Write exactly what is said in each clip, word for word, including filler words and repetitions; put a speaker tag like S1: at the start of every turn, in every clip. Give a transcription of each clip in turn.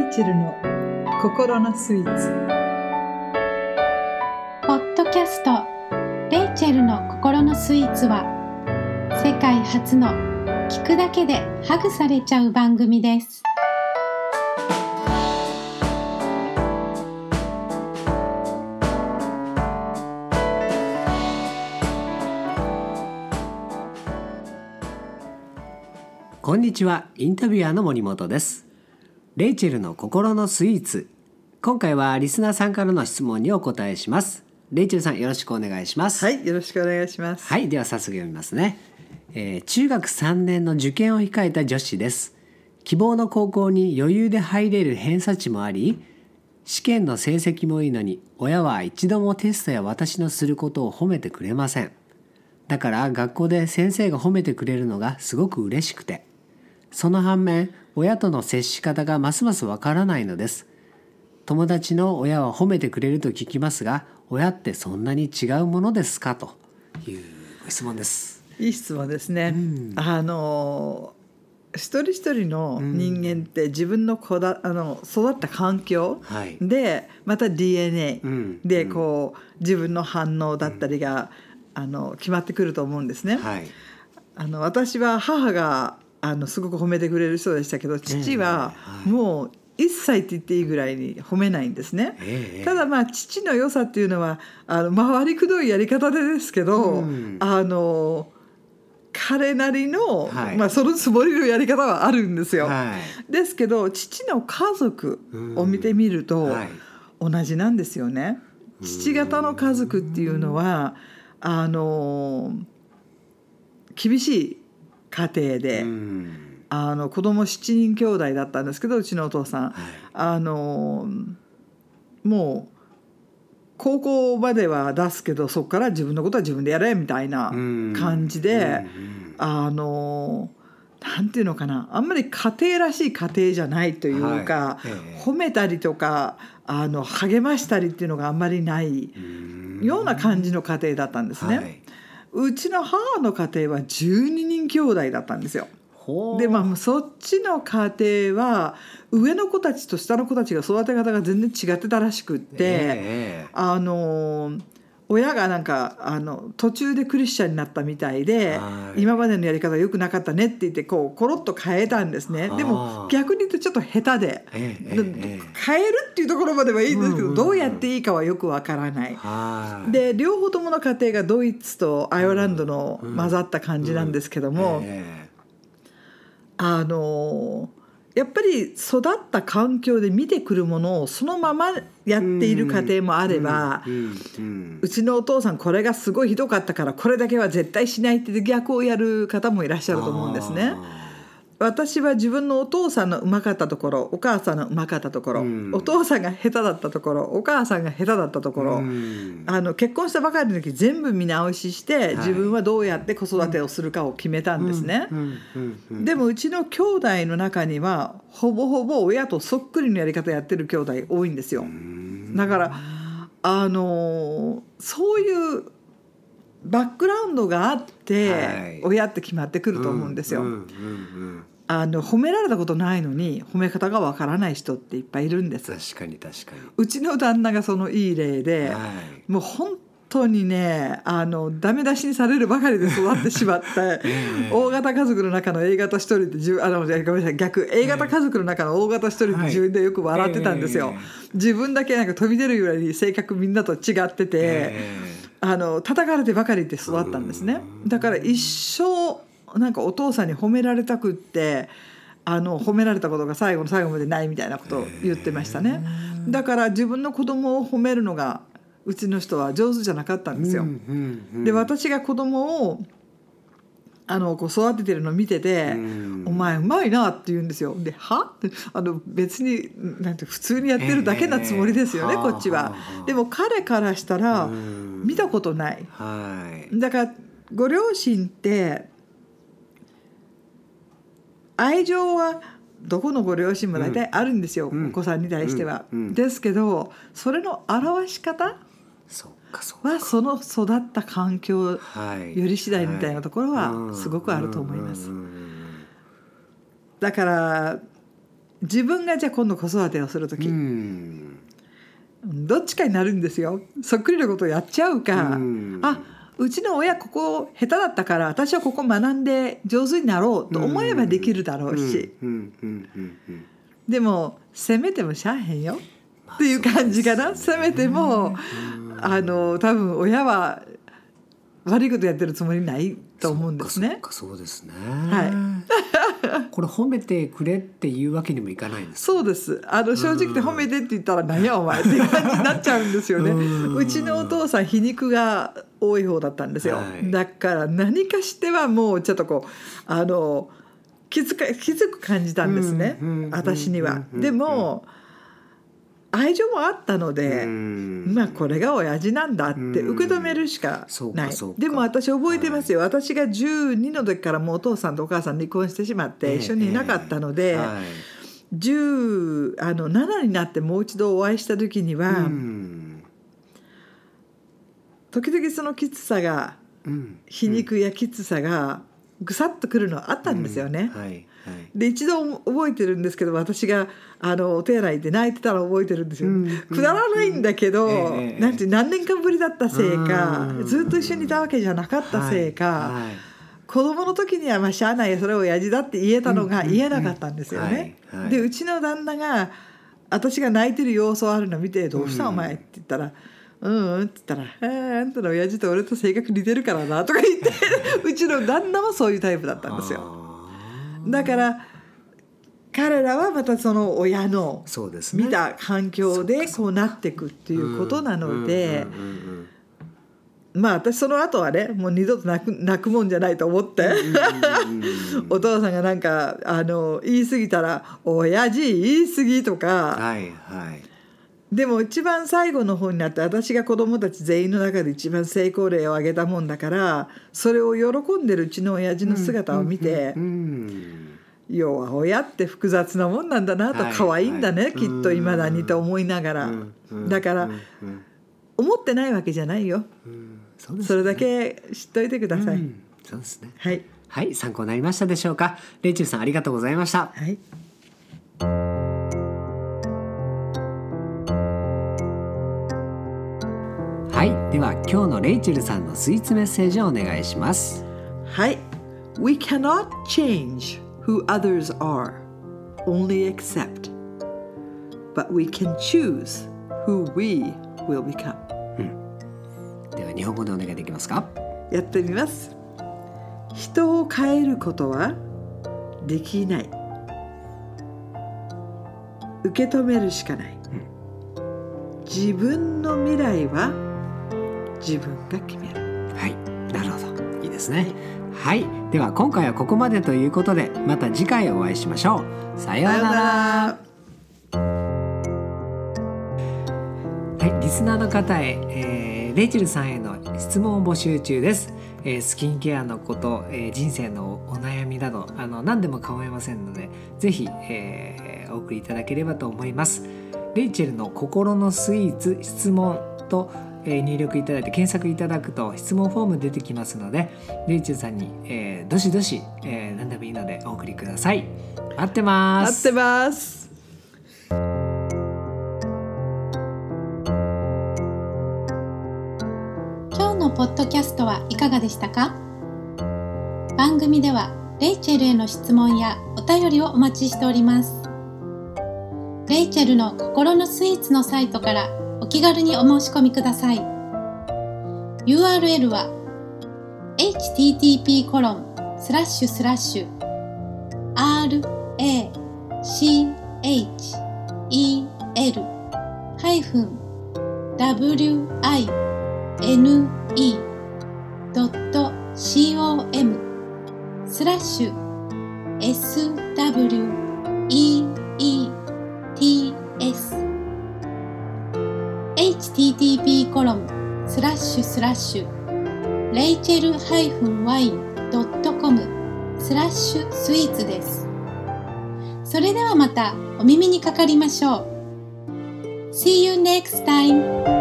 S1: レイチェルの心のスイーツ。
S2: ポッドキャストレイチェルの心のスイーツは世界初の聞くだけでハグされちゃう番組です。
S3: こんにちは、インタビュアーの森本です。レイチェルの心のスイーツ。今回はリスナーさんからの質問にお答えします。レイチェルさん、よろしくお願いします。
S1: はい、よろしくお願いします。
S3: はい、では早速読みますね。えー、中学さんねんの受験を控えた女子です。希望の高校に余裕で入れる偏差値もあり、試験の成績もいいのに、親は一度もテストや私のすることを褒めてくれません。だから学校で先生が褒めてくれるのがすごく嬉しくて、その反面、親との接し方がますますわからないのです。友達の親は褒めてくれると聞きますが、親ってそんなに違うものですかというご質問です。
S1: いい質問ですね。うん、あの一人一人の人間って自分の子だあの育った環境で、はい、また ディーエヌエー でこう、うん、自分の反応だったりが、うん、あの決まってくると思うんですね。はい、あの私は母があのすごく褒めてくれる人でしたけど、父はもう一切って言っていいぐらいに褒めないんですね。えー、ただまあ父の良さっていうのはあの回りくどいやり方でですけど、うん、あの彼なりの、はい、まあ、そのつもりのやり方はあるんですよ。はい、ですけど父の家族を見てみると、うん、はい、同じなんですよね。父方の家族っていうのはあの厳しい家庭で、うん、あの子供しちにん兄弟だったんですけど、うちのお父さん、はい、あのもう高校までは出すけどそこから自分のことは自分でやれみたいな感じで、うんうん、あのなんていうのかな、あんまり家庭らしい家庭じゃないというか、はい、えー、褒めたりとかあの励ましたりっていうのがあんまりないような感じの家庭だったんですね。はい、うちの母の家庭はじゅうににん兄弟だったんですよ。で、まあ、そっちの家庭は上の子たちと下の子たちが育て方が全然違ってたらしくって、えー、あの親がなんかあの途中でクリスチャンになったみたいで、今までのやり方が良くなかったねって言ってこうコロッと変えたんですね。でも逆に言うとちょっと下手で、えーえー、変えるっていうところまではいいんですけど、うんうんうん、どうやっていいかはよくわからない。で両方ともの家庭がドイツとアイルランドの混ざった感じなんですけども、うんうん、えーあのやっぱり育った環境で見てくるものをそのままやっている家庭もあれば、うんうんうん、うちのお父さんこれがすごいひどかったからこれだけは絶対しないって逆をやる方もいらっしゃると思うんですね。私は自分のお父さんのうまかったところ、お母さんのうまかったところ、うん、お父さんが下手だったところ、お母さんが下手だったところ、うん、あの結婚したばかりの時全部見直しして、はい、自分はどうやって子育てをするかを決めたんですね。でもうちの兄弟の中にはほぼほぼ親とそっくりのやり方やってる兄弟多いんですよ。だからあのそういうバックグラウンドがあって、はい、親って決まってくると思うんですよ。うんうんうんうん、あの褒められたことないのに褒め方がわからない人っていっぱいいるんです。
S3: 確かに確かに。
S1: うちの旦那がそのいい例で、はい、もう本当にねあのダメ出しにされるばかりで育ってしまって、えー、大型家族の中の A 型一人ってあのごめんなさい逆 A 型家族の中の大型一人って自分でよく笑ってたんですよ。はい、自分だけなんか飛び出るぐらいに性格みんなと違ってて、えーあの叩かれてばかりで育ったんですね。だから一生なんかお父さんに褒められたくってあの褒められたことが最後の最後までないみたいなことを言ってましたね。だから自分の子供を褒めるのがうちの人は上手じゃなかったんですよ。で私が子供をあのこう育ててるのを見てて、お前うまいなって言うんですよ。ではあの別になんて普通にやってるだけなつもりですよね、えー、こっちは。でも彼からしたら見たことない。はい、だからご両親って愛情はどこのご両親も大体あるんですよ、うん、お子さんに対しては、うんうんうん、ですけどそれの表し方はその育った環境より次第みたいなところはすごくあると思います。だから自分がじゃあ今度子育てをするとき、うん、どっちかになるんですよ。そっくりのことをやっちゃうか、うん、あ、うちの親ここ下手だったから私はここ学んで上手になろうと思えばできるだろうし、でも責めてもしゃあへんよっていう感じかな。責めてもあの多分親は悪いことやってるつもりないと思うんですね。
S3: そっかそっか、そうですね、
S1: はい、こ
S3: れ褒めてくれっていうわけにもいかないんです。
S1: そうです。あの正直で褒めてって言ったら何やお前っていう感じになっちゃうんですよね。うちのお父さん皮肉が多い方だったんですよ、はい、だから何かしてはもうちょっとこうあのきつかきつく感じたんですね、私には。でも愛情もあったので、まあこれが親父なんだって受け止めるしかない。でも私覚えてますよ、はい、私がじゅうにの時からもうお父さんとお母さん離婚してしまって一緒にいなかったので、えーえーはい、じゅうななになってもう一度お会いした時には時々そのきつさが、皮肉やきつさがぐさっとくるのあったんですよね、はいはい、で一度覚えてるんですけど、私があのお手洗いで泣いてたら覚えてるんですよ、うん、くだらないんだけど、うんえー、なんて何年間ぶりだったせいか、うん、ずっと一緒にいたわけじゃなかったせいか、はいはい、子供の時にはまあしゃあない、それを親父だって言えたのが言えなかったんですよね、うんうんはいはい、でうちの旦那が私が泣いてる様子をあるのを見て、どうしたお前って言ったら、うんうんって言ったら、あんたの親父と俺と性格似てるからなとか言ってうちの旦那もそういうタイプだったんですよ。だから彼らはまたその親の見た環境でこうなっていくっていうことなので、まあ私その後はね、もう二度と泣く、泣くもんじゃないと思ってお父さんがなんかあの言い過ぎたら親父言い過ぎとか、はいはい、でも一番最後の方になって私が子供たち全員の中で一番成功例を挙げたもんだから、それを喜んでるうちの親父の姿を見て、うんうんうん要は親って複雑なもんなんだなと、はい、可愛いんだね、はい、きっといまだにと思いながら、うんうん、だから、うんうん、思ってないわけじゃないよ、うんそうですね、それだけ知っといてください、うん、
S3: そうですね、
S1: はい、
S3: はい、参考になりましたでしょうか。レイチェルさんありがとうございました、
S1: はい、
S3: はい、では今日のレイチェルさんのスイーツメッセージをお願いします。
S1: はい、 We cannot change who others are, only accept. But we can choose who we will become.
S3: うん、では日本語でお願いできますか。
S1: やってみます。人を変えることはできない。受け止めるしかない。うん、自分の未来は自分が決める。
S3: はい、なるほど。いいですね。はい、では今回はここまでということで、また次回お会いしましょう。さようなら。はい、リスナーの方へ、えー、レイチェルさんへの質問を募集中です。えー、スキンケアのこと、えー、人生のお悩みなどあの何でも構いませんので、ぜひ、えー、お送りいただければと思います。レイチェルの心のスイーツ質問と入力いただいて検索いただくと質問フォーム出てきますので、レイチェルさんに、えー、どしどし、えー、何でもいいのでお送りください。待ってます。
S1: 待ってます。
S2: 今日のポッドキャストはいかがでしたか？番組ではレイチェルへの質問やお便りをお待ちしております。レイチェルの心のスイーツのサイトからお気軽にお申し込みください。 ユーアールエル は エイチティーティーピーコロンスラッシュスラッシュアールエーシーエイチイーエルハイフンダブリューアイエヌイードットコムスラッシュエスダブリューイーイーティーエス エイチティーティーピーコロンスラッシュスラッシュレイチェルハイフンワインドットコムスラッシュスイーツです。それではまたお耳にかかりましょう。 See you next time。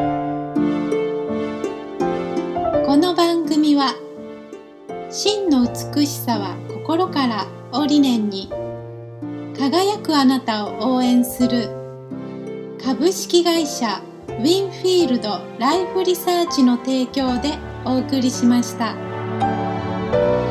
S2: この番組は真の美しさは心からを理念に輝くあなたを応援する株式会社ウィンフィールドライフリサーチの提供でお送りしました。